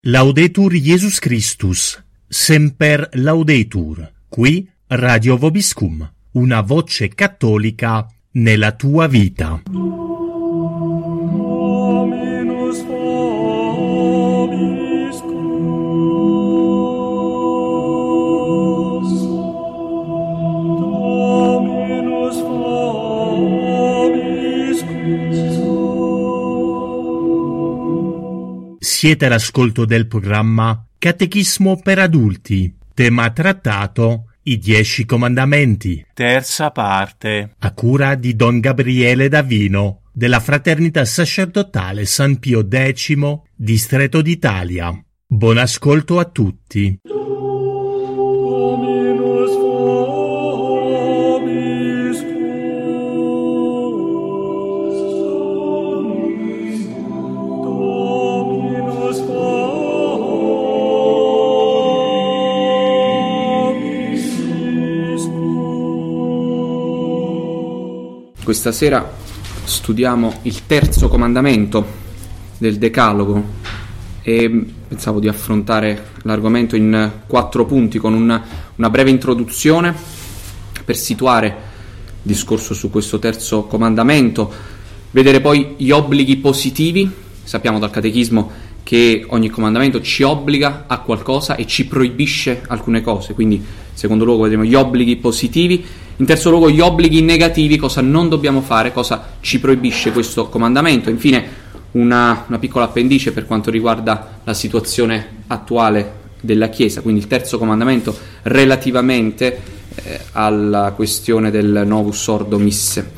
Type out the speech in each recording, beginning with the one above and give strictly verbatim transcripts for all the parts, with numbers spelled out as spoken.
Laudetur Jesus Christus, semper laudetur, qui Radio Vobiscum, una voce cattolica nella tua vita. Siete all'ascolto del programma Catechismo per adulti, tema trattato I Dieci Comandamenti, terza parte, a cura di Don Gabriele Davino, della Fraternità Sacerdotale San Pio X, Distretto d'Italia. Buon ascolto a tutti. Questa sera studiamo il terzo comandamento del Decalogo e pensavo di affrontare l'argomento in quattro punti con una, una breve introduzione per situare il discorso su questo terzo comandamento, vedere poi gli obblighi positivi. Sappiamo dal Catechismo che ogni comandamento ci obbliga a qualcosa e ci proibisce alcune cose, quindi in secondo luogo vedremo gli obblighi positivi. In terzo luogo gli obblighi negativi, cosa non dobbiamo fare, cosa ci proibisce questo comandamento. Infine una, una piccola appendice per quanto riguarda la situazione attuale della Chiesa, quindi il terzo comandamento relativamente eh, alla questione del Novus Ordo Misse.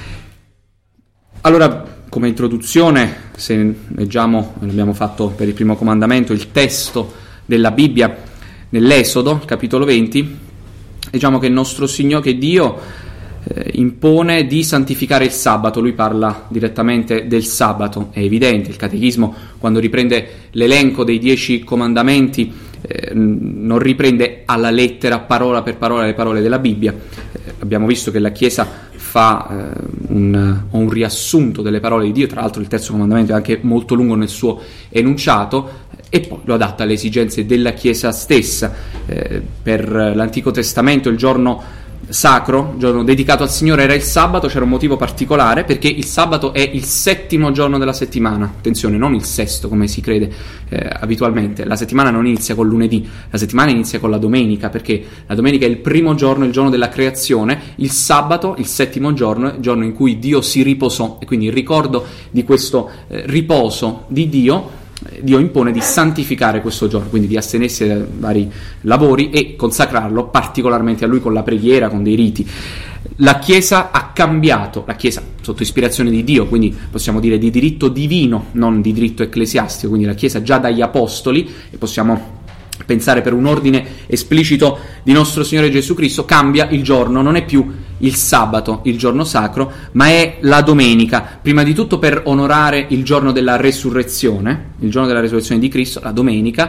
Allora, come introduzione, se leggiamo, l'abbiamo fatto per il primo comandamento, il testo della Bibbia nell'Esodo, capitolo venti, diciamo che il nostro Signore, che Dio eh, impone di santificare il sabato. Lui parla direttamente del sabato, è evidente. Il Catechismo, quando riprende l'elenco dei dieci comandamenti, eh, non riprende alla lettera, parola per parola, le parole della Bibbia. Eh, abbiamo visto che la Chiesa fa eh, un, un riassunto delle parole di Dio. Tra l'altro il terzo comandamento è anche molto lungo nel suo enunciato, e poi lo adatta alle esigenze della Chiesa stessa. Eh, per l'Antico Testamento il giorno sacro, il giorno dedicato al Signore, era il sabato. C'era un motivo particolare, perché il sabato è il settimo giorno della settimana. Attenzione, non il sesto come si crede eh, abitualmente. La settimana non inizia col lunedì, la settimana inizia con la domenica, perché la domenica è il primo giorno, il giorno della creazione. Il sabato, il settimo giorno, è il giorno in cui Dio si riposò, e quindi il ricordo di questo eh, riposo di Dio, Dio impone di santificare questo giorno, quindi di astenersi da vari lavori e consacrarlo particolarmente a Lui con la preghiera, con dei riti. La Chiesa ha cambiato, la Chiesa sotto ispirazione di Dio, quindi possiamo dire di diritto divino, non di diritto ecclesiastico, quindi la Chiesa già dagli Apostoli, e possiamo pensare per un ordine esplicito di nostro Signore Gesù Cristo, cambia il giorno, non è più il sabato, il giorno sacro, ma è la domenica, prima di tutto per onorare il giorno della resurrezione, il giorno della resurrezione di Cristo, la domenica.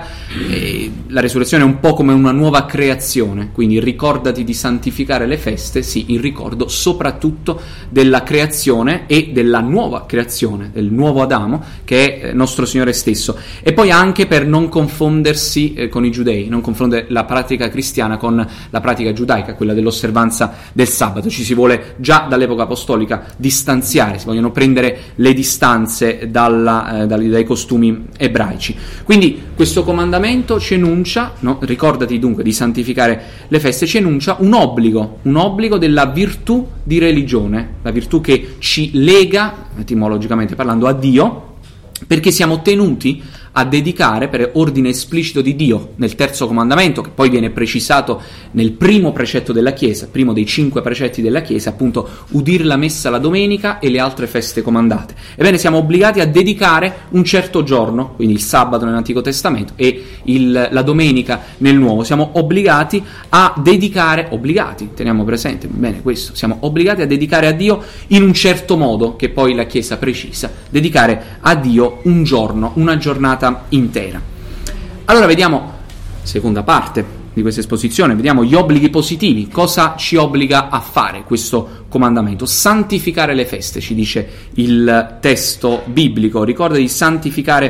E la resurrezione è un po' come una nuova creazione, quindi ricordati di santificare le feste, sì, in ricordo soprattutto della creazione e della nuova creazione, del nuovo Adamo, che è nostro Signore stesso. E poi anche per non confondersi eh, con i giudei, non confondere la pratica cristiana con la pratica giudaica, quella dell'osservanza del sabato. Ci si vuole già dall'epoca apostolica distanziare, si vogliono prendere le distanze dalla, eh, dai, dai costumi ebraici. Quindi questo comandamento ci enuncia, no? Ricordati dunque di santificare le feste, ci enuncia un obbligo, un obbligo della virtù di religione, la virtù che ci lega, etimologicamente parlando, a Dio, perché siamo tenuti a dedicare, per ordine esplicito di Dio, nel terzo comandamento, che poi viene precisato nel primo precetto della Chiesa, primo dei cinque precetti della Chiesa, appunto, udire la messa la domenica e le altre feste comandate. Ebbene, siamo obbligati a dedicare un certo giorno, quindi il sabato nell'Antico Testamento e il, la domenica nel Nuovo. Siamo obbligati a dedicare, obbligati, teniamo presente bene questo, siamo obbligati a dedicare a Dio in un certo modo, che poi la Chiesa precisa, dedicare a Dio un giorno, una giornata intera. Allora vediamo, seconda parte di questa esposizione, vediamo gli obblighi positivi. Cosa ci obbliga a fare questo comandamento? Santificare le feste, ci dice il testo biblico. Ricorda di santificare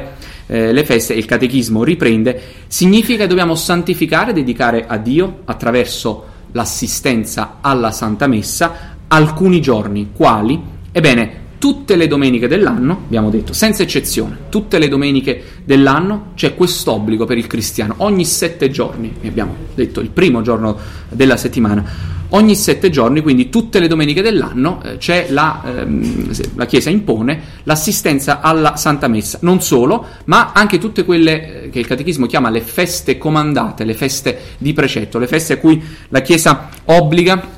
eh, le feste, e il catechismo riprende, significa che dobbiamo santificare, dedicare a Dio attraverso l'assistenza alla Santa Messa alcuni giorni. Quali? Ebbene, tutte le domeniche dell'anno, abbiamo detto, senza eccezione, tutte le domeniche dell'anno c'è quest'obbligo per il cristiano, ogni sette giorni, abbiamo detto il primo giorno della settimana, ogni sette giorni, quindi tutte le domeniche dell'anno eh, c'è la, ehm, la Chiesa impone l'assistenza alla Santa Messa, non solo, ma anche tutte quelle che il catechismo chiama le feste comandate, le feste di precetto, le feste a cui la Chiesa obbliga,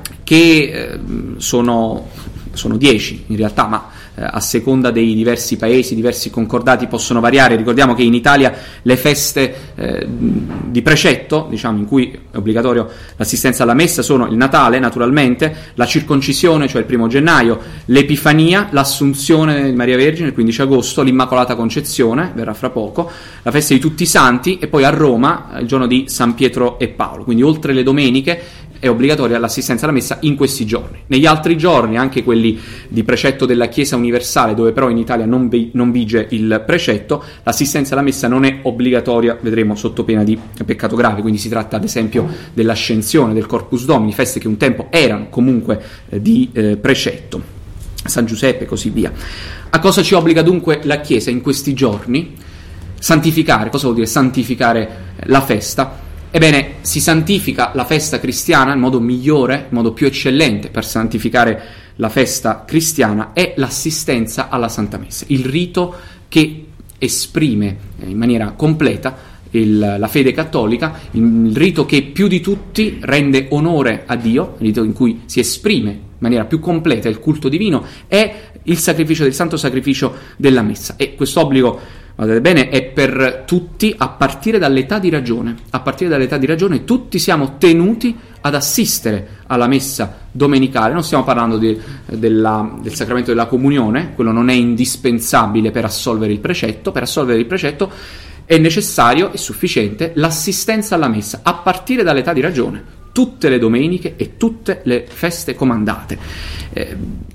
che eh, sono... sono dieci in realtà, ma eh, a seconda dei diversi paesi, diversi concordati possono variare. Ricordiamo che in Italia le feste eh, di precetto, diciamo, in cui è obbligatorio l'assistenza alla messa, sono il Natale, naturalmente, la circoncisione, cioè il primo gennaio, l'Epifania, l'Assunzione di Maria Vergine il quindici agosto, l'Immacolata Concezione, verrà fra poco, la festa di tutti i santi, e poi a Roma il giorno di San Pietro e Paolo. Quindi oltre le domeniche è obbligatoria l'assistenza alla messa in questi giorni. Negli altri giorni, anche quelli di precetto della Chiesa universale, dove però in Italia non, vi, non vige il precetto, l'assistenza alla messa non è obbligatoria, vedremo, sotto pena di peccato grave. Quindi si tratta ad esempio dell'Ascensione, del Corpus Domini, feste che un tempo erano comunque eh, di eh, precetto, San Giuseppe e così via. A cosa ci obbliga dunque la Chiesa in questi giorni? Santificare. Cosa vuol dire santificare la festa? Ebbene, si santifica la festa cristiana, il modo migliore, il modo più eccellente per santificare la festa cristiana è l'assistenza alla Santa Messa, il rito che esprime in maniera completa il, la fede cattolica, il, il rito che più di tutti rende onore a Dio, il rito in cui si esprime in maniera più completa il culto divino, è il sacrificio del santo sacrificio della Messa. E questo obbligo, guardate bene, è per tutti a partire dall'età di ragione. A partire dall'età di ragione tutti siamo tenuti ad assistere alla messa domenicale. Non stiamo parlando di, della, del sacramento della comunione, quello non è indispensabile per assolvere il precetto. Per assolvere il precetto è necessario e sufficiente l'assistenza alla messa, a partire dall'età di ragione, tutte le domeniche e tutte le feste comandate. Eh,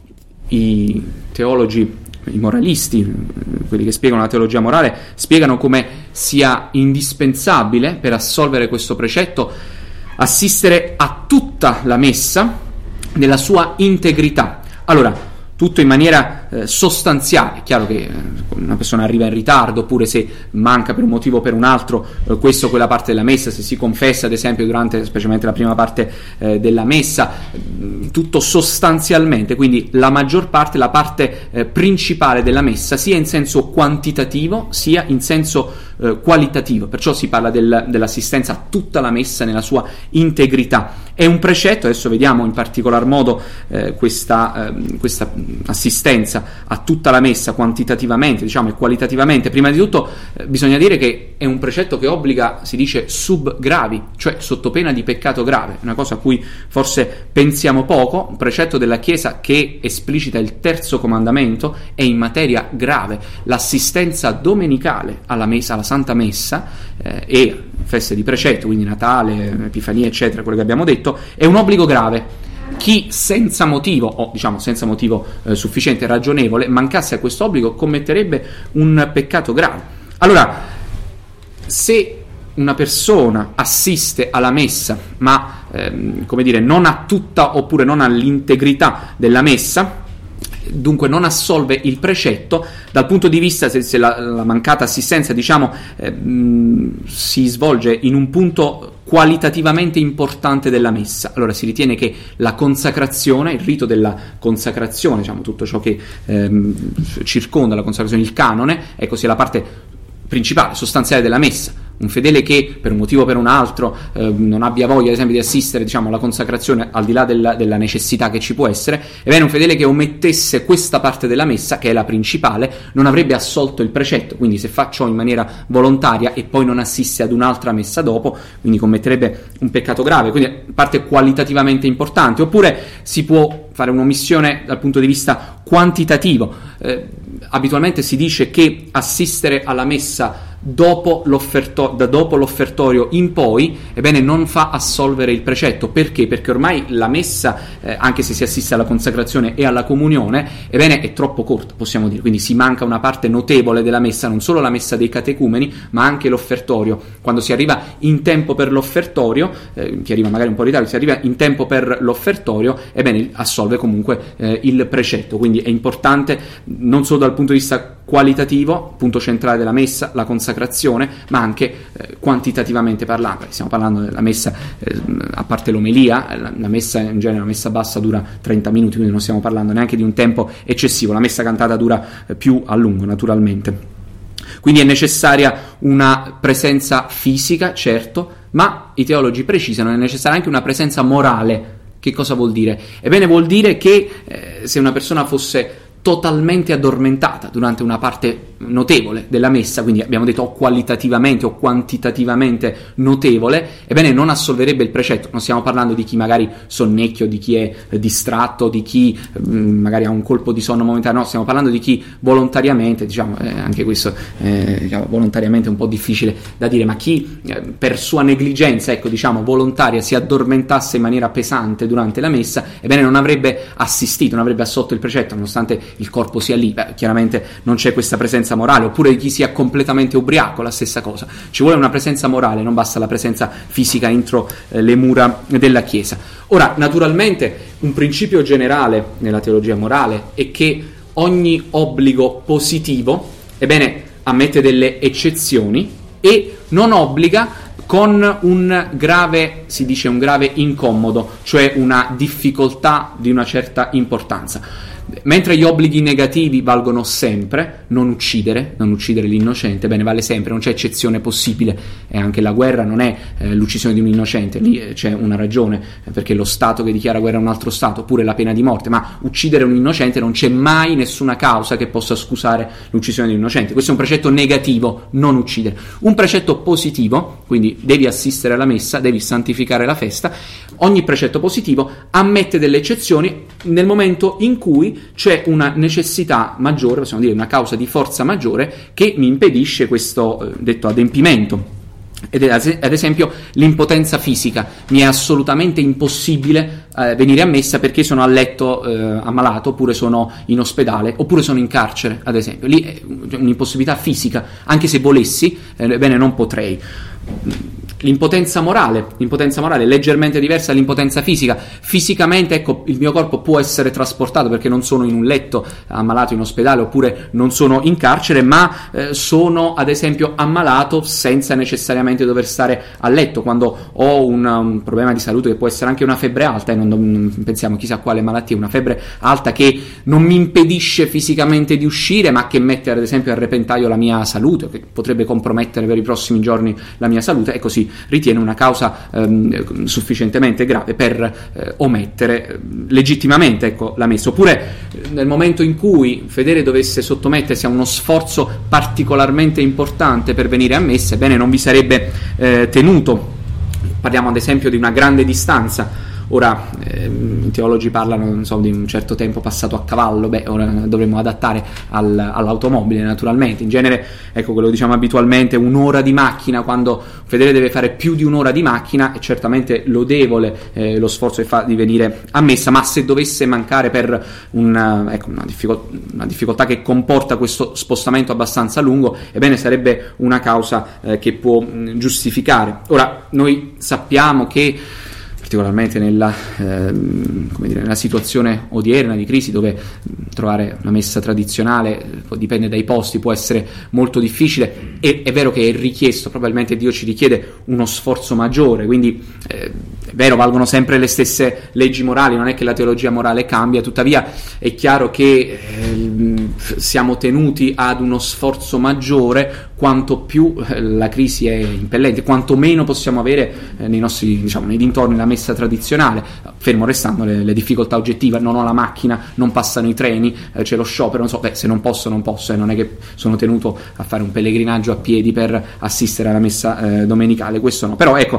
i teologi, i moralisti, quelli che spiegano la teologia morale, spiegano come sia indispensabile per assolvere questo precetto assistere a tutta la messa nella sua integrità. Allora, tutto in maniera eh, sostanziale. È chiaro che una persona arriva in ritardo, oppure se manca per un motivo o per un altro eh, questo o quella parte della messa, se si confessa ad esempio durante specialmente la prima parte eh, della messa, tutto sostanzialmente, quindi la maggior parte, la parte eh, principale della messa, sia in senso quantitativo sia in senso eh, qualitativo. Perciò si parla del, dell'assistenza a tutta la messa nella sua integrità. È un precetto, adesso vediamo in particolar modo eh, questa, eh, questa assistenza a tutta la messa quantitativamente, diciamo, e qualitativamente. Prima di tutto eh, bisogna dire che è un precetto che obbliga, si dice, sub gravi, cioè sotto pena di peccato grave, una cosa a cui forse pensiamo poco. Un precetto della Chiesa che esplicita il terzo comandamento è in materia grave. L'assistenza domenicale alla messa, alla Santa Messa eh, e feste di precetto, quindi Natale, Epifania, eccetera, quello che abbiamo detto, è un obbligo grave. Chi senza motivo, o diciamo senza motivo eh, sufficiente, ragionevole, mancasse a questo obbligo commetterebbe un peccato grave. Allora, se una persona assiste alla messa, ma ehm, come dire, non a tutta oppure non all'integrità della messa, dunque non assolve il precetto, dal punto di vista, se, se la, la mancata assistenza, diciamo, eh, mh, si svolge in un punto qualitativamente importante della messa, allora si ritiene che la consacrazione, il rito della consacrazione, diciamo tutto ciò che ehm, circonda la consacrazione, il canone, ecco, sia la parte principale, sostanziale della messa. Un fedele che per un motivo o per un altro eh, non abbia voglia, ad esempio, di assistere, diciamo, alla consacrazione, al di là della, della necessità che ci può essere, ebbene un fedele che omettesse questa parte della messa, che è la principale, non avrebbe assolto il precetto. Quindi se fa ciò in maniera volontaria e poi non assiste ad un'altra messa dopo, quindi commetterebbe un peccato grave. Quindi parte qualitativamente importante. Oppure si può fare un'omissione dal punto di vista quantitativo. Eh, abitualmente si dice che assistere alla messa dopo l'offerto, da dopo l'offertorio in poi, ebbene, non fa assolvere il precetto. Perché? Perché ormai la messa, eh, anche se si assiste alla consacrazione e alla comunione, ebbene, è troppo corta, possiamo dire. Quindi si manca una parte notevole della messa, non solo la messa dei catecumeni, ma anche l'offertorio. Quando si arriva in tempo per l'offertorio, eh, chi arriva magari un po' in ritardo, si arriva in tempo per l'offertorio, ebbene, assolve comunque eh, il precetto. Quindi è importante non solo dal punto di vista qualitativo, punto centrale della messa, la consacrazione, ma anche eh, quantitativamente parlando. Stiamo parlando della messa, eh, a parte l'omelia, la, la messa in genere, la messa bassa dura trenta minuti, quindi non stiamo parlando neanche di un tempo eccessivo. La messa cantata dura eh, più a lungo, naturalmente. Quindi è necessaria una presenza fisica, certo, ma i teologi precisano che è necessaria anche una presenza morale. Che cosa vuol dire? Ebbene, vuol dire che eh, se una persona fosse totalmente addormentata durante una parte notevole della messa, quindi abbiamo detto o qualitativamente o quantitativamente notevole, ebbene non assolverebbe il precetto. Non stiamo parlando di chi magari sonnecchia, di chi è distratto, di chi mh, magari ha un colpo di sonno momentaneo, no, stiamo parlando di chi volontariamente, diciamo, eh, anche questo eh, diciamo, volontariamente è un po' difficile da dire, ma chi eh, per sua negligenza, ecco, diciamo, volontaria si addormentasse in maniera pesante durante la messa, ebbene non avrebbe assistito, non avrebbe assolto il precetto, nonostante il corpo sia lì. Beh, chiaramente non c'è questa presenza morale. Oppure di chi sia completamente ubriaco, la stessa cosa. Ci vuole una presenza morale, non basta la presenza fisica entro eh, le mura della Chiesa. Ora, naturalmente, un principio generale nella teologia morale è che ogni obbligo positivo, ebbene, ammette delle eccezioni e non obbliga con un grave, si dice un grave incomodo, cioè una difficoltà di una certa importanza. Mentre gli obblighi negativi valgono sempre, non uccidere, non uccidere l'innocente, bene, vale sempre, non c'è eccezione possibile. E anche la guerra non è eh, l'uccisione di un innocente, lì eh, c'è una ragione, eh, perché lo Stato che dichiara guerra a un altro Stato, oppure la pena di morte, ma uccidere un innocente non c'è mai nessuna causa che possa scusare l'uccisione di un innocente. Questo è un precetto negativo, non uccidere. Un precetto positivo, quindi devi assistere alla messa, devi santificare la festa. Ogni precetto positivo ammette delle eccezioni nel momento in cui c'è una necessità maggiore, possiamo dire una causa di forza maggiore che mi impedisce questo eh, detto adempimento. Ed è ad esempio l'impotenza fisica. Mi è assolutamente impossibile eh, venire a messa perché sono a letto eh, ammalato, oppure sono in ospedale, oppure sono in carcere, ad esempio. Lì è un'impossibilità fisica, anche se volessi, eh, bene, non potrei. L'impotenza morale, l'impotenza morale è leggermente diversa dall'impotenza fisica. Fisicamente, ecco, il mio corpo può essere trasportato perché non sono in un letto ammalato in ospedale, oppure non sono in carcere, ma eh, sono ad esempio ammalato senza necessariamente dover stare a letto. Quando ho un, un problema di salute, che può essere anche una febbre alta, e non, non pensiamo chissà quale malattia, una febbre alta che non mi impedisce fisicamente di uscire, ma che mette ad esempio a repentaglio la mia salute, che potrebbe compromettere per i prossimi giorni la mia salute, e così ritiene una causa ehm, sufficientemente grave per eh, omettere eh, legittimamente, ecco, la messa. Oppure nel momento in cui fedele dovesse sottomettersi a uno sforzo particolarmente importante per venire a messa, ebbene non vi sarebbe eh, tenuto. Parliamo ad esempio di una grande distanza. Ora ehm, i teologi parlano, non so, di un certo tempo passato a cavallo. Beh, ora dovremmo adattare al, all'automobile, naturalmente. In genere, ecco, quello diciamo abitualmente, un'ora di macchina. Quando un fedele deve fare più di un'ora di macchina, è certamente lodevole eh, lo sforzo che fa di venire a messa, ma se dovesse mancare per una, ecco, una, difficol- una difficoltà che comporta questo spostamento abbastanza lungo, ebbene sarebbe una causa eh, che può mh, giustificare. Ora, noi sappiamo che particolarmente nella, eh, come dire, nella situazione odierna di crisi, dove trovare una messa tradizionale eh, dipende dai posti, può essere molto difficile, e è vero che è richiesto, probabilmente Dio ci richiede uno sforzo maggiore, quindi eh, è vero, valgono sempre le stesse leggi morali, non è che la teologia morale cambia, tuttavia è chiaro che eh, siamo tenuti ad uno sforzo maggiore quanto più eh, la crisi è impellente, quanto meno possiamo avere eh, nei nostri, diciamo, nei dintorni la messa tradizionale, fermo restando le, le difficoltà oggettive. Non ho la macchina, non passano i treni, eh, c'è lo sciopero, non so, beh, se non posso non posso, e eh, non è che sono tenuto a fare un pellegrinaggio a piedi per assistere alla messa eh, domenicale, questo no. Però ecco,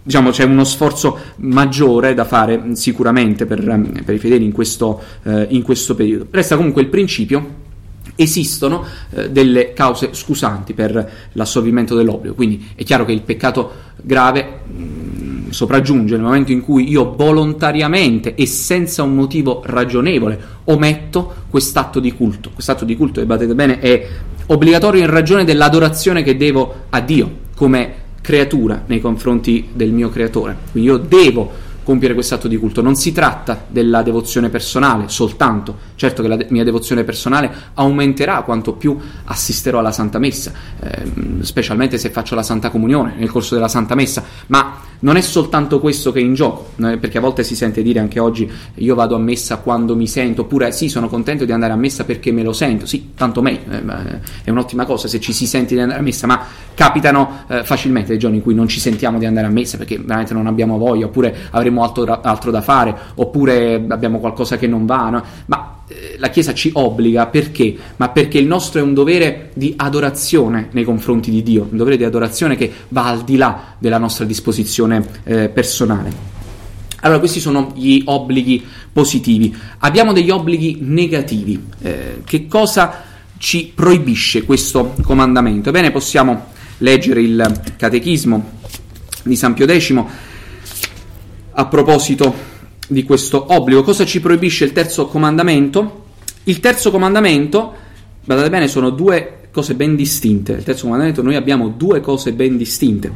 diciamo c'è uno sforzo maggiore da fare sicuramente per, per i fedeli in questo, eh, in questo periodo. Resta comunque il principio: esistono eh, delle cause scusanti per l'assolvimento dell'obbligo, quindi è chiaro che il peccato grave mh, sopraggiunge nel momento in cui io volontariamente e senza un motivo ragionevole ometto quest'atto di culto. Quest'atto di culto, e badate bene, è obbligatorio in ragione dell'adorazione che devo a Dio come creatura nei confronti del mio creatore. Quindi io devo compiere quest'atto di culto. Non si tratta della devozione personale soltanto. Certo che la de- mia devozione personale aumenterà quanto più assisterò alla Santa Messa, ehm, specialmente se faccio la Santa Comunione nel corso della Santa Messa, ma non è soltanto questo che è in gioco, eh, perché a volte si sente dire anche oggi: io vado a messa quando mi sento, oppure sì, sono contento di andare a messa perché me lo sento. Sì, tanto meglio, eh, è un'ottima cosa se ci si sente di andare a messa, ma capitano eh, facilmente dei giorni in cui non ci sentiamo di andare a messa perché veramente non abbiamo voglia, oppure avremo altro, altro da fare, oppure abbiamo qualcosa che non va, no? Ma eh, la Chiesa ci obbliga perché? Ma perché il nostro è un dovere di adorazione nei confronti di Dio, un dovere di adorazione che va al di là della nostra disposizione eh, personale. Allora, questi sono gli obblighi positivi. Abbiamo degli obblighi negativi. Eh, che cosa ci proibisce questo comandamento? Ebbene, possiamo leggere il Catechismo di San Pio X a proposito di questo obbligo. Cosa ci proibisce il terzo comandamento? Il terzo comandamento, guardate bene, sono due cose ben distinte. Il terzo comandamento, noi abbiamo due cose ben distinte.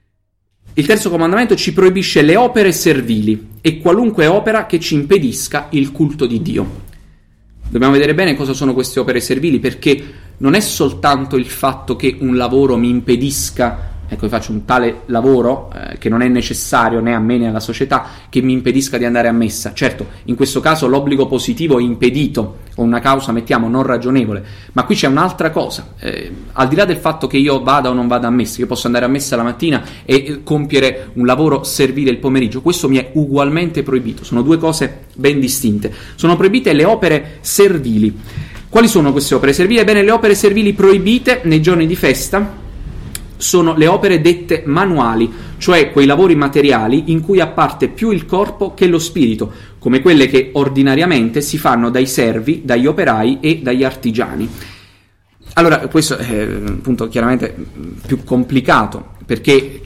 Il terzo comandamento ci proibisce le opere servili e qualunque opera che ci impedisca il culto di Dio. Dobbiamo vedere bene cosa sono queste opere servili, perché non è soltanto il fatto che un lavoro mi impedisca, ecco, io faccio un tale lavoro eh, che non è necessario né a me né alla società, che mi impedisca di andare a messa. Certo, in questo caso l'obbligo positivo è impedito con una causa, mettiamo, non ragionevole, ma qui c'è un'altra cosa. Eh, al di là del fatto che io vada o non vada a messa, io posso andare a messa la mattina e eh, compiere un lavoro servile il pomeriggio, questo mi è ugualmente proibito. Sono due cose ben distinte. Sono proibite le opere servili. Quali sono queste opere servili? Ebbene, le opere servili proibite nei giorni di festa sono le opere dette manuali, cioè quei lavori materiali in cui ha parte più il corpo che lo spirito, come quelle che ordinariamente si fanno dai servi, dagli operai e dagli artigiani. Allora, questo è appunto chiaramente più complicato, perché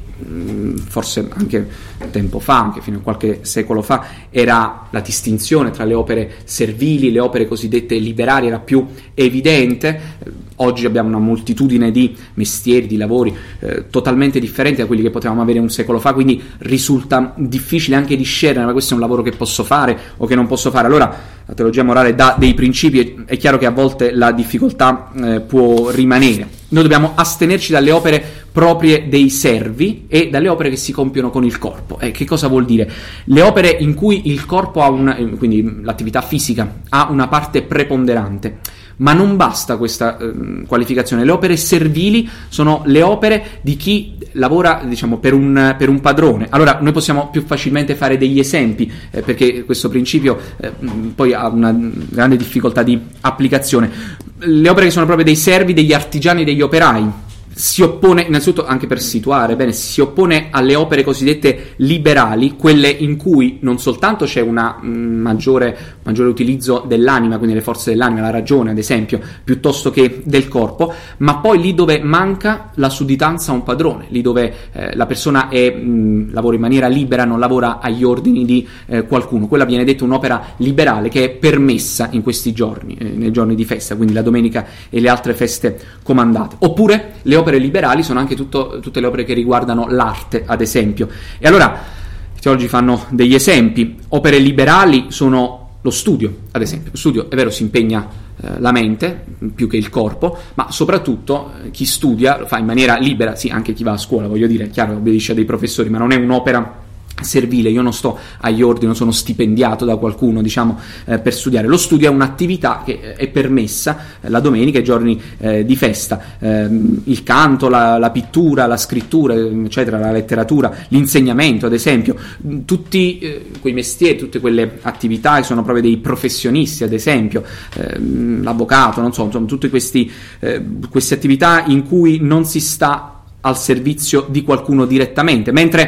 forse anche tempo fa, anche fino a qualche secolo fa, era la distinzione tra le opere servili, le opere cosiddette liberali era più evidente. Oggi abbiamo una moltitudine di mestieri, di lavori eh, totalmente differenti da quelli che potevamo avere un secolo fa, quindi risulta difficile anche discernere: ma questo è un lavoro che posso fare o che non posso fare. Allora la teologia morale dà dei principi, è chiaro che a volte la difficoltà eh, può rimanere. Noi dobbiamo astenerci dalle opere proprie dei servi e dalle opere che si compiono con il corpo. Eh, che cosa vuol dire? Le opere in cui il corpo ha una, quindi l'attività fisica, ha una parte preponderante. Ma non basta questa eh, qualificazione. Le opere servili sono le opere di chi lavora, diciamo, per un, per un padrone. Allora noi possiamo più facilmente fare degli esempi, eh, perché questo principio eh, poi ha una grande difficoltà di applicazione. Le opere che sono proprio dei servi, degli artigiani, degli operai, si oppone, innanzitutto, anche per situare bene, si oppone alle opere cosiddette liberali, quelle in cui non soltanto c'è una mh, maggiore, maggiore utilizzo dell'anima, quindi le forze dell'anima, la ragione ad esempio, piuttosto che del corpo, ma poi lì dove manca la sudditanza a un padrone, lì dove eh, la persona è, mh, lavora in maniera libera, non lavora agli ordini di eh, qualcuno. Quella viene detta un'opera liberale che è permessa in questi giorni, eh, nei giorni di festa, quindi la domenica e le altre feste comandate. Oppure le opere liberali sono anche tutto, tutte le opere che riguardano l'arte, ad esempio. E allora i teologi fanno degli esempi. Opere liberali sono lo studio, ad esempio. Lo studio, è vero, si impegna eh, la mente più che il corpo, ma soprattutto eh, chi studia lo fa in maniera libera. Sì, anche chi va a scuola, voglio dire, è chiaro, obbedisce a dei professori, ma non è un'opera servile. Io non sto agli ordini, non sono stipendiato da qualcuno, diciamo, eh, per studiare. Lo studio è un'attività che è permessa eh, la domenica e i giorni eh, di festa. Eh, il canto, la, la pittura, la scrittura, eccetera, la letteratura, l'insegnamento, ad esempio, tutti eh, quei mestieri, tutte quelle attività che sono proprio dei professionisti, ad esempio, eh, l'avvocato, non so, insomma, tutte questi, eh, queste attività in cui non si sta al servizio di qualcuno direttamente, mentre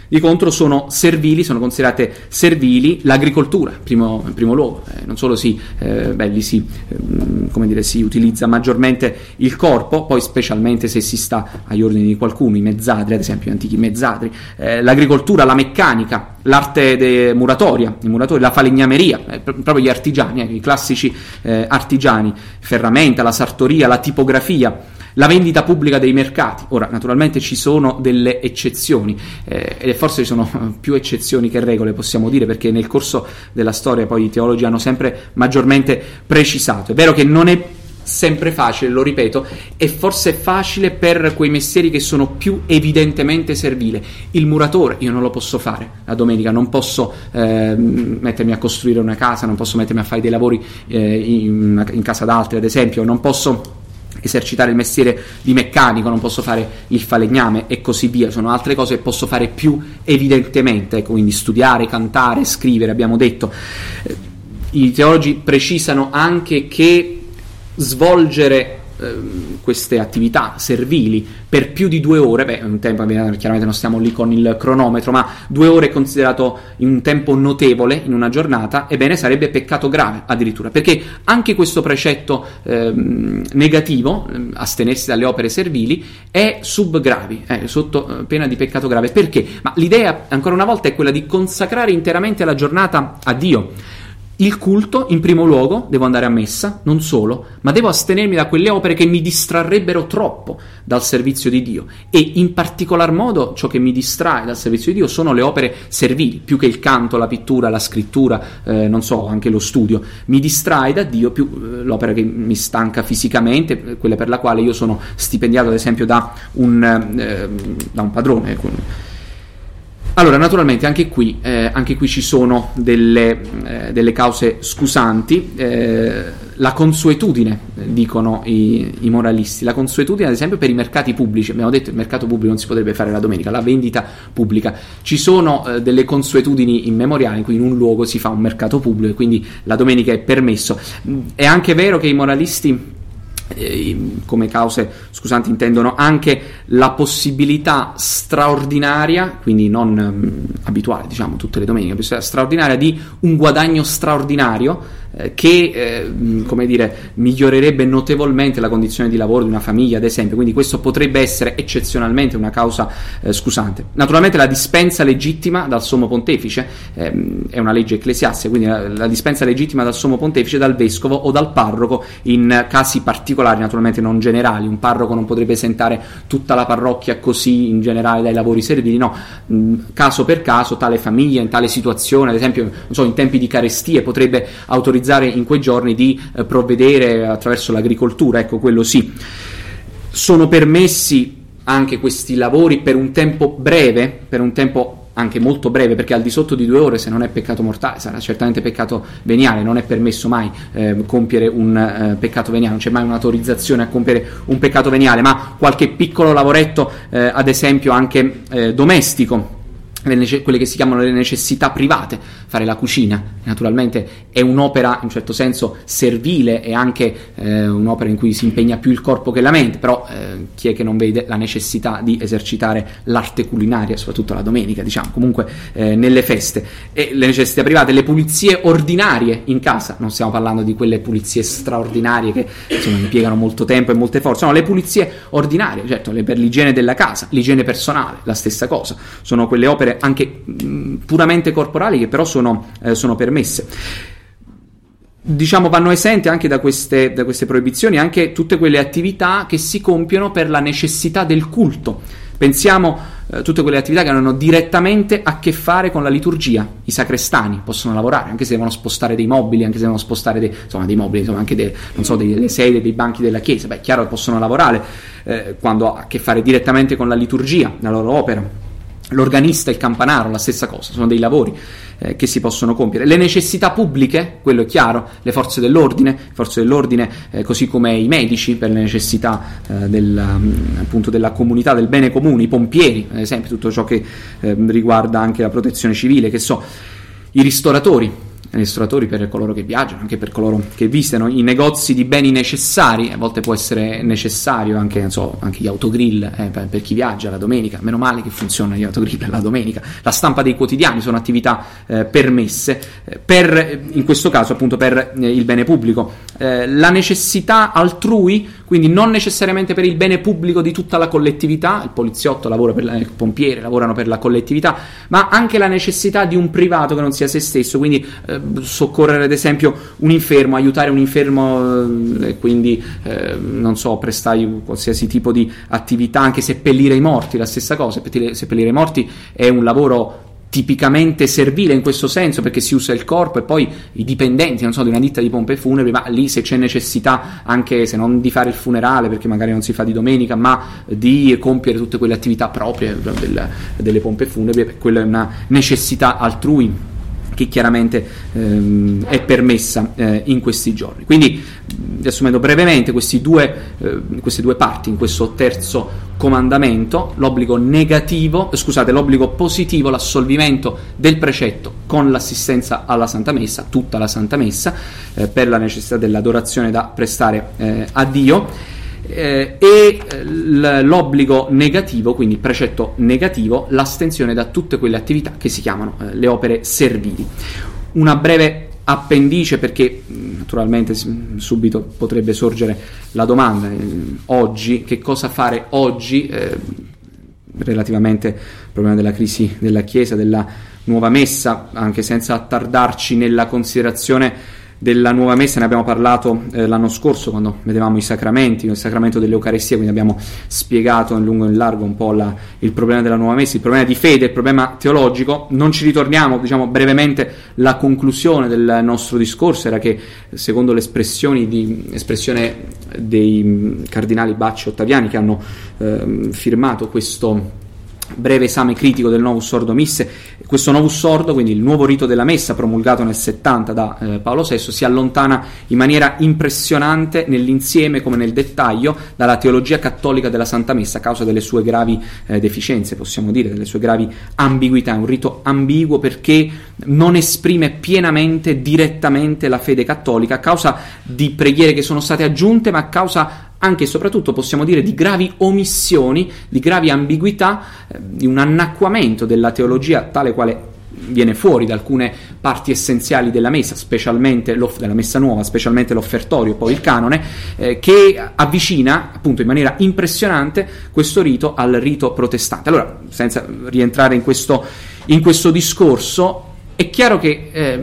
Di contro sono servili, sono considerate servili l'agricoltura, primo, in primo luogo. Eh, non solo si, eh, beh, lì si, eh, come dire, si utilizza maggiormente il corpo, poi specialmente se si sta agli ordini di qualcuno, i mezzadri, ad esempio, gli antichi mezzadri, eh, l'agricoltura, la meccanica, l'arte de muratoria, i muratori, la falegnameria, eh, proprio gli artigiani, eh, i classici eh, artigiani, ferramenta, la sartoria, la tipografia, la vendita pubblica dei mercati. Ora, naturalmente ci sono delle eccezioni, eh, e forse ci sono più eccezioni che regole, possiamo dire, perché nel corso della storia poi i teologi hanno sempre maggiormente precisato. È vero che non è sempre facile, lo ripeto, è forse facile per quei mestieri che sono più evidentemente servili. Il muratore io non lo posso fare la domenica, non posso eh, mettermi a costruire una casa, non posso mettermi a fare dei lavori eh, in, in casa d'altri, ad esempio, non posso esercitare il mestiere di meccanico, non posso fare il falegname e così via. Sono altre cose che posso fare più evidentemente, ecco, quindi studiare, cantare, scrivere, abbiamo detto. I teologi precisano anche che svolgere eh, queste attività servili per più di due ore, beh, un tempo, chiaramente non stiamo lì con il cronometro, ma due ore è considerato un tempo notevole in una giornata, ebbene sarebbe peccato grave addirittura, perché anche questo precetto eh, negativo, eh, astenersi dalle opere servili, è sub gravi, eh, sotto pena di peccato grave. Perché? Ma l'idea, ancora una volta, è quella di consacrare interamente la giornata a Dio. Il culto, in primo luogo, devo andare a messa, non solo, ma devo astenermi da quelle opere che mi distrarrebbero troppo dal servizio di Dio. E in particolar modo ciò che mi distrae dal servizio di Dio sono le opere servili, più che il canto, la pittura, la scrittura, eh, non so, anche lo studio. Mi distrae da Dio più eh, l'opera che mi stanca fisicamente, quella per la quale io sono stipendiato, ad esempio, da un, eh, da un padrone, ecco. Allora, naturalmente anche qui, eh, anche qui ci sono delle, eh, delle cause scusanti. Eh, la consuetudine, eh, dicono i, i moralisti, la consuetudine ad esempio per i mercati pubblici. Abbiamo detto che il mercato pubblico non si potrebbe fare la domenica, la vendita pubblica. Ci sono eh, delle consuetudini immemoriali in cui in un luogo si fa un mercato pubblico e quindi la domenica è permesso. È anche vero che i moralisti, come cause scusanti, intendono anche la possibilità straordinaria, quindi non um, abituale, diciamo tutte le domeniche, straordinaria di un guadagno straordinario eh, che eh, come dire migliorerebbe notevolmente la condizione di lavoro di una famiglia, ad esempio. Quindi questo potrebbe essere eccezionalmente una causa eh, scusante. Naturalmente la dispensa legittima dal sommo pontefice eh, è una legge ecclesiastica, quindi la, la dispensa legittima dal sommo pontefice, dal vescovo o dal parroco in casi particolari, naturalmente non generali. Un parroco non potrebbe esentare tutta la parrocchia così in generale dai lavori servili, no, mh, caso per caso, tale famiglia in tale situazione, ad esempio non so, in tempi di carestie potrebbe autorizzare in quei giorni di eh, provvedere attraverso l'agricoltura, ecco, quello sì. Sono permessi anche questi lavori per un tempo breve, per un tempo anche molto breve, perché al di sotto di due ore, se non è peccato mortale, sarà certamente peccato veniale. Non è permesso mai eh, compiere un eh, peccato veniale, non c'è mai un'autorizzazione a compiere un peccato veniale, ma qualche piccolo lavoretto, eh, ad esempio anche eh, domestico, quelle che si chiamano le necessità private, fare la cucina, naturalmente è un'opera in un certo senso servile e anche eh, un'opera in cui si impegna più il corpo che la mente, però eh, chi è che non vede la necessità di esercitare l'arte culinaria, soprattutto la domenica, diciamo, comunque eh, nelle feste. E le necessità private, le pulizie ordinarie in casa, non stiamo parlando di quelle pulizie straordinarie che insomma impiegano molto tempo e molte forze, no, le pulizie ordinarie, certo, le per l'igiene della casa, l'igiene personale, la stessa cosa, sono quelle opere anche mh, puramente corporali che però sono, eh, sono permesse. Diciamo vanno esenti anche da queste, da queste proibizioni anche tutte quelle attività che si compiono per la necessità del culto. Pensiamo a eh, tutte quelle attività che hanno direttamente a che fare con la liturgia. I sacrestani possono lavorare, anche se devono spostare dei mobili, anche se devono spostare dei, insomma, dei mobili, insomma, anche dei, non so, delle sedie, dei banchi della chiesa. Beh, è chiaro che possono lavorare eh, quando ha a che fare direttamente con la liturgia, la loro opera. L'organista, il campanaro, la stessa cosa, sono dei lavori eh, che si possono compiere. Le necessità pubbliche, quello è chiaro, le forze dell'ordine, forze dell'ordine eh, così come i medici per le necessità eh, del, appunto della comunità, del bene comune, i pompieri, ad esempio, tutto ciò che eh, riguarda anche la protezione civile, che so, i ristoratori, ristoratori per coloro che viaggiano, anche per coloro che visitano i negozi di beni necessari. A volte può essere necessario anche, non so, anche gli autogrill eh, per, per chi viaggia la domenica. Meno male che funzionano gli autogrill la domenica. La stampa dei quotidiani sono attività eh, permesse eh, per, in questo caso appunto per eh, il bene pubblico. Eh, la necessità altrui, quindi non necessariamente per il bene pubblico di tutta la collettività, il poliziotto lavora per la, il pompiere lavorano per la collettività, ma anche la necessità di un privato che non sia se stesso, quindi eh, soccorrere ad esempio un infermo, aiutare un infermo e eh, quindi eh, non so, prestare qualsiasi tipo di attività, anche seppellire i morti, la stessa cosa. Seppellire i morti è un lavoro tipicamente servile in questo senso, perché si usa il corpo, e poi i dipendenti, non so, di una ditta di pompe funebri, ma lì se c'è necessità anche, se non di fare il funerale, perché magari non si fa di domenica, ma di compiere tutte quelle attività proprie del, delle pompe funebri, quella è una necessità altrui che chiaramente ehm, è permessa eh, in questi giorni. Quindi, riassumendo brevemente questi due, eh, queste due parti in questo terzo comandamento, l'obbligo negativo, eh, scusate, l'obbligo positivo, l'assolvimento del precetto con l'assistenza alla Santa Messa, tutta la Santa Messa, eh, per la necessità dell'adorazione da prestare eh, a Dio. Eh, e l- l'obbligo negativo, quindi il precetto negativo, l'astensione da tutte quelle attività che si chiamano eh, le opere servili. Una breve appendice, perché naturalmente subito potrebbe sorgere la domanda, eh, oggi, che cosa fare oggi eh, relativamente al problema della crisi della Chiesa, della nuova messa, anche senza attardarci nella considerazione della nuova messa. Ne abbiamo parlato eh, l'anno scorso quando vedevamo i sacramenti, il sacramento dell'Eucarestia, quindi abbiamo spiegato in lungo e in largo un po' la, il problema della nuova messa, il problema di fede, il problema teologico. Non ci ritorniamo, diciamo brevemente la conclusione del nostro discorso era che, secondo le espressioni di, espressione dei cardinali Bacci e Ottaviani, che hanno eh, firmato questo breve esame critico del Novus Ordo Misse, questo Novus Ordo, quindi il nuovo rito della messa promulgato nel settanta da eh, Paolo sesto, si allontana in maniera impressionante nell'insieme come nel dettaglio dalla teologia cattolica della Santa Messa, a causa delle sue gravi eh, deficienze, possiamo dire, delle sue gravi ambiguità. È un rito ambiguo perché non esprime pienamente, direttamente la fede cattolica, a causa di preghiere che sono state aggiunte, ma a causa anche e soprattutto, possiamo dire, di gravi omissioni, di gravi ambiguità, eh, di un annacquamento della teologia tale quale viene fuori da alcune parti essenziali della messa, specialmente della messa nuova, specialmente l'offertorio, poi il canone, eh, che avvicina appunto in maniera impressionante questo rito al rito protestante. Allora, senza rientrare in questo, in questo discorso, è chiaro che eh,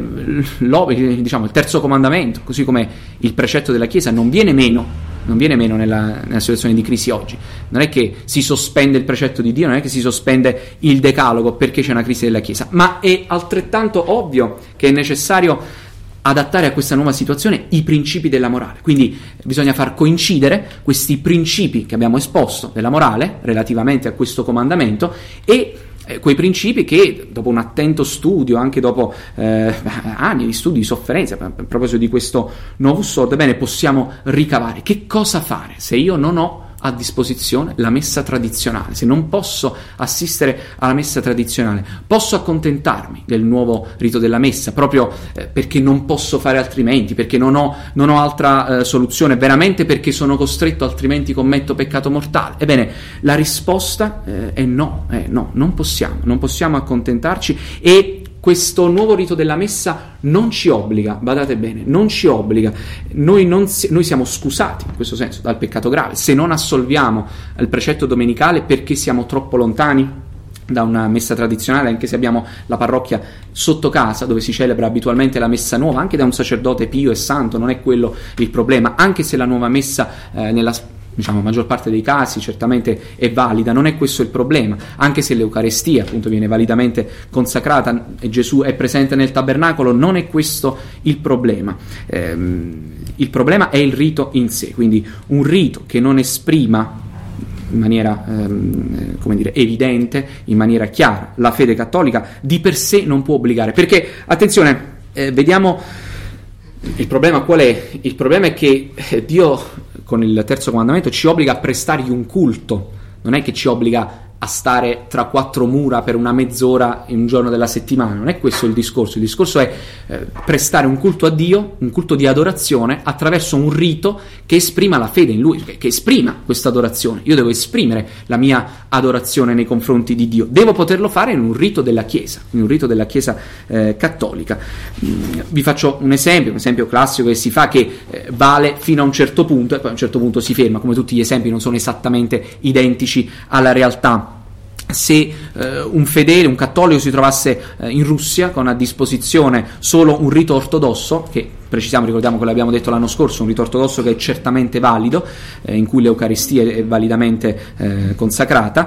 diciamo, il terzo comandamento, così come il precetto della Chiesa, non viene meno non viene meno nella, nella situazione di crisi oggi. Non è che si sospende il precetto di Dio, non è che si sospende il decalogo perché c'è una crisi della Chiesa, ma è altrettanto ovvio che è necessario adattare a questa nuova situazione i principi della morale. Quindi bisogna far coincidere questi principi che abbiamo esposto della morale relativamente a questo comandamento e quei principi che, dopo un attento studio, anche dopo eh, anni di studi, di sofferenza, a proposito di questo Novus Ordo, bene, possiamo ricavare. Che cosa fare se io non ho a disposizione la messa tradizionale, se non posso assistere alla messa tradizionale? Posso accontentarmi del nuovo rito della messa proprio eh, perché non posso fare altrimenti, perché non ho, non ho altra eh, soluzione, veramente perché sono costretto, altrimenti commetto peccato mortale? Ebbene, la risposta eh, è no, eh, no, non possiamo, non possiamo accontentarci, e questo nuovo rito della messa non ci obbliga, badate bene, non ci obbliga, noi, non si, noi siamo scusati in questo senso dal peccato grave se non assolviamo il precetto domenicale perché siamo troppo lontani da una messa tradizionale, anche se abbiamo la parrocchia sotto casa dove si celebra abitualmente la messa nuova, anche da un sacerdote pio e santo, non è quello il problema, anche se la nuova messa eh, nella diciamo maggior parte dei casi certamente è valida, non è questo il problema, anche se l'Eucarestia appunto viene validamente consacrata e Gesù è presente nel tabernacolo, non è questo il problema. Ehm, il problema è il rito in sé, quindi un rito che non esprima in maniera ehm, come dire evidente, in maniera chiara la fede cattolica, di per sé non può obbligare, perché attenzione, eh, vediamo il problema qual è? Il problema è che Dio con il terzo comandamento ci obbliga a prestargli un culto, non è che ci obbliga a stare tra quattro mura per una mezz'ora in un giorno della settimana, non è questo il discorso. Il discorso è eh, prestare un culto a Dio, un culto di adorazione attraverso un rito che esprima la fede in Lui, che, che esprima questa adorazione. Io devo esprimere la mia adorazione nei confronti di Dio, devo poterlo fare in un rito della Chiesa, in un rito della Chiesa eh, cattolica. Mm, vi faccio un esempio, un esempio classico che si fa, che eh, vale fino a un certo punto e poi a un certo punto si ferma, come tutti gli esempi non sono esattamente identici alla realtà. Se eh, un fedele, un cattolico si trovasse eh, in Russia con a disposizione solo un rito ortodosso, che precisiamo, ricordiamo che l'abbiamo detto l'anno scorso, un rito ortodosso che è certamente valido, eh, in cui l'Eucaristia è validamente eh, consacrata,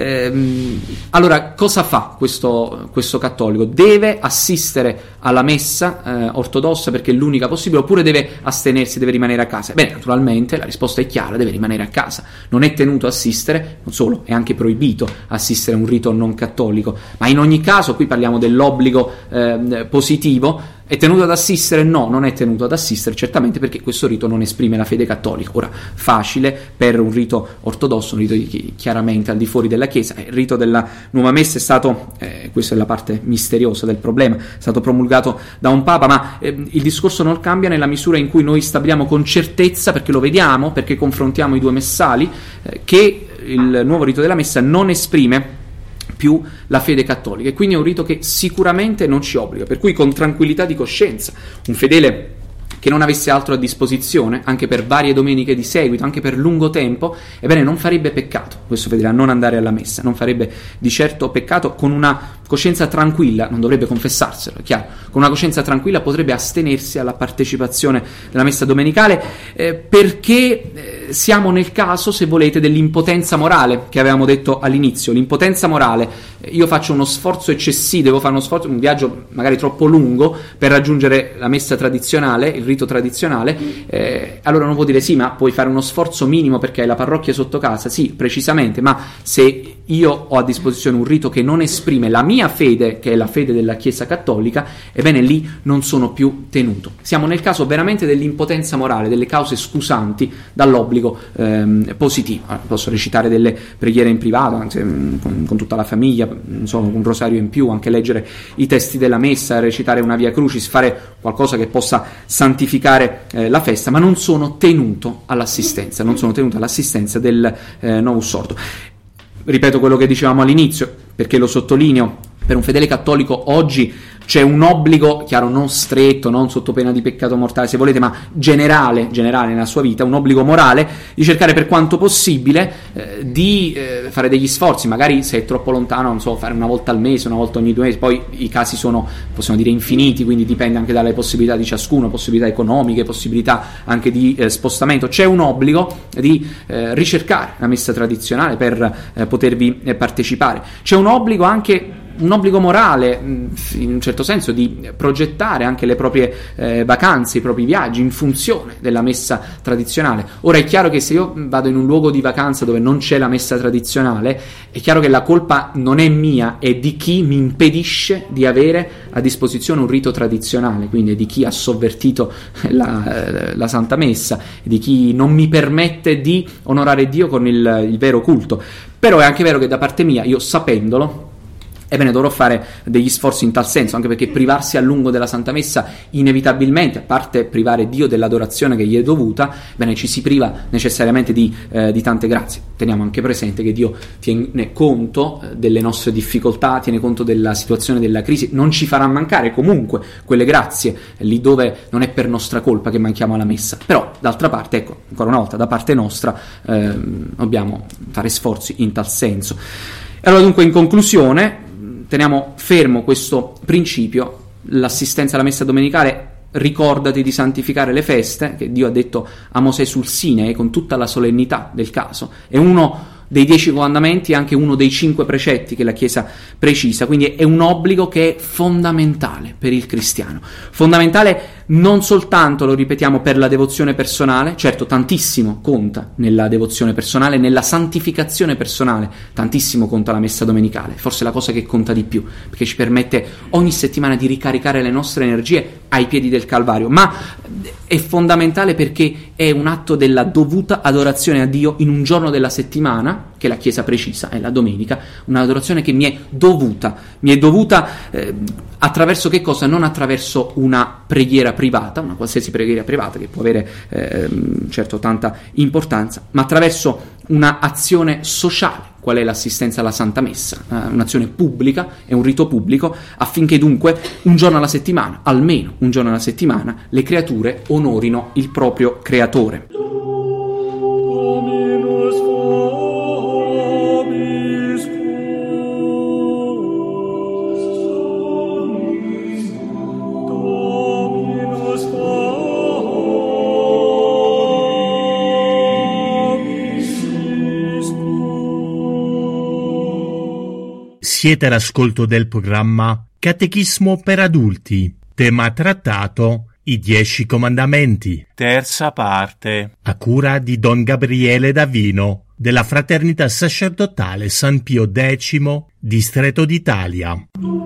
ehm, allora cosa fa questo, questo cattolico? Deve assistere alla messa eh, ortodossa perché è l'unica possibile, oppure deve astenersi, deve rimanere a casa? Beh, naturalmente la risposta è chiara, deve rimanere a casa, non è tenuto a assistere, non solo, è anche proibito assistere a un rito non cattolico, ma in ogni caso qui parliamo dell'obbligo eh, positivo. È tenuto ad assistere? No, non è tenuto ad assistere, certamente, perché questo rito non esprime la fede cattolica. Ora, facile per un rito ortodosso, un rito di, chiaramente al di fuori della Chiesa. Il rito della nuova messa è stato, eh, questa è la parte misteriosa del problema, è stato promulgato da un Papa, ma eh, il discorso non cambia nella misura in cui noi stabiliamo con certezza, perché lo vediamo, perché confrontiamo i due messali, eh, che il nuovo rito della messa non esprime più la fede cattolica, e quindi è un rito che sicuramente non ci obbliga, per cui con tranquillità di coscienza un fedele che non avesse altro a disposizione, anche per varie domeniche di seguito, anche per lungo tempo, ebbene non farebbe peccato, questo fedele, a non andare alla messa, non farebbe di certo peccato, con una coscienza tranquilla, non dovrebbe confessarselo, è chiaro, con una coscienza tranquilla potrebbe astenersi alla partecipazione della messa domenicale, eh, perché eh, siamo nel caso, se volete, dell'impotenza morale che avevamo detto all'inizio. L'impotenza morale, eh, io faccio uno sforzo eccessivo, devo fare uno sforzo, un viaggio magari troppo lungo per raggiungere la messa tradizionale, il rito tradizionale, eh, allora uno può dire sì, ma puoi fare uno sforzo minimo perché hai la parrocchia sotto casa, sì, precisamente, ma se io ho a disposizione un rito che non esprime la mia fede, che è la fede della Chiesa cattolica, ebbene lì non sono più tenuto. Siamo nel caso veramente dell'impotenza morale, delle cause scusanti dall'obbligo ehm, positivo. Posso recitare delle preghiere in privato, anzi, con, con tutta la famiglia, insomma, un rosario in più, anche leggere i testi della messa, recitare una Via Crucis, fare qualcosa che possa santificare eh, la festa, ma non sono tenuto all'assistenza, non sono tenuto all'assistenza del eh, Novus Ordo. Ripeto quello che dicevamo all'inizio, perché lo sottolineo, per un fedele cattolico oggi c'è un obbligo, chiaro, non stretto, non sotto pena di peccato mortale se volete, ma generale, generale nella sua vita, un obbligo morale di cercare per quanto possibile eh, di eh, fare degli sforzi, magari se è troppo lontano, non so, fare una volta al mese, una volta ogni due mesi, poi i casi sono, possiamo dire, infiniti, quindi dipende anche dalle possibilità di ciascuno, possibilità economiche, possibilità anche di eh, spostamento. C'è un obbligo di eh, ricercare la messa tradizionale per eh, potervi eh, partecipare. C'è un obbligo anche un obbligo morale, in un certo senso, di progettare anche le proprie eh, vacanze, i propri viaggi in funzione della messa tradizionale. Ora è chiaro che se io vado in un luogo di vacanza dove non c'è la messa tradizionale, è chiaro che la colpa non è mia, è di chi mi impedisce di avere a disposizione un rito tradizionale, quindi di chi ha sovvertito la, la Santa Messa, di chi non mi permette di onorare Dio con il, il vero culto. Però è anche vero che da parte mia, io sapendolo, ebbene dovrò fare degli sforzi in tal senso, anche perché privarsi a lungo della Santa Messa inevitabilmente, a parte privare Dio dell'adorazione che gli è dovuta, bene, ci si priva necessariamente di, eh, di tante grazie. Teniamo anche presente che Dio tiene conto delle nostre difficoltà, tiene conto della situazione della crisi, non ci farà mancare comunque quelle grazie lì dove non è per nostra colpa che manchiamo alla Messa. Però d'altra parte, ecco, ancora una volta, da parte nostra eh, dobbiamo fare sforzi in tal senso. Allora, dunque, in conclusione, teniamo fermo questo principio: l'assistenza alla messa domenicale, ricordati di santificare le feste, che Dio ha detto a Mosè sul Sinai con tutta la solennità del caso, è uno dei dieci comandamenti, è anche uno dei cinque precetti che la Chiesa precisa, quindi è un obbligo che è fondamentale per il cristiano, fondamentale non soltanto, lo ripetiamo, per la devozione personale, certo tantissimo conta nella devozione personale, nella santificazione personale, tantissimo conta la messa domenicale, forse la cosa che conta di più, perché ci permette ogni settimana di ricaricare le nostre energie ai piedi del Calvario, ma è fondamentale perché è un atto della dovuta adorazione a Dio in un giorno della settimana, che la Chiesa precisa è la domenica, un'adorazione che mi è dovuta, mi è dovuta eh, attraverso che cosa? Non attraverso una preghiera privata, una qualsiasi preghiera privata che può avere eh, certo tanta importanza, ma attraverso una azione sociale, qual è l'assistenza alla Santa Messa, eh, un'azione pubblica, è un rito pubblico, affinché dunque un giorno alla settimana, almeno un giorno alla settimana, le creature onorino il proprio Creatore. Siete all'ascolto del programma Catechismo per adulti, tema trattato I Dieci Comandamenti, terza parte, a cura di Don Gabriele Davino, della Fraternità Sacerdotale San Pio X, Distretto d'Italia.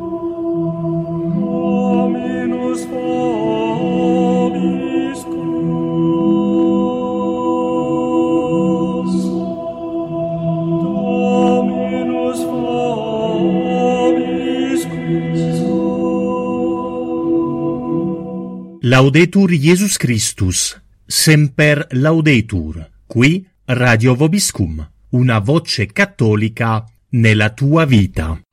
Laudetur Jesus Christus, semper laudetur, qui Radio Vobiscum, una voce cattolica nella tua vita.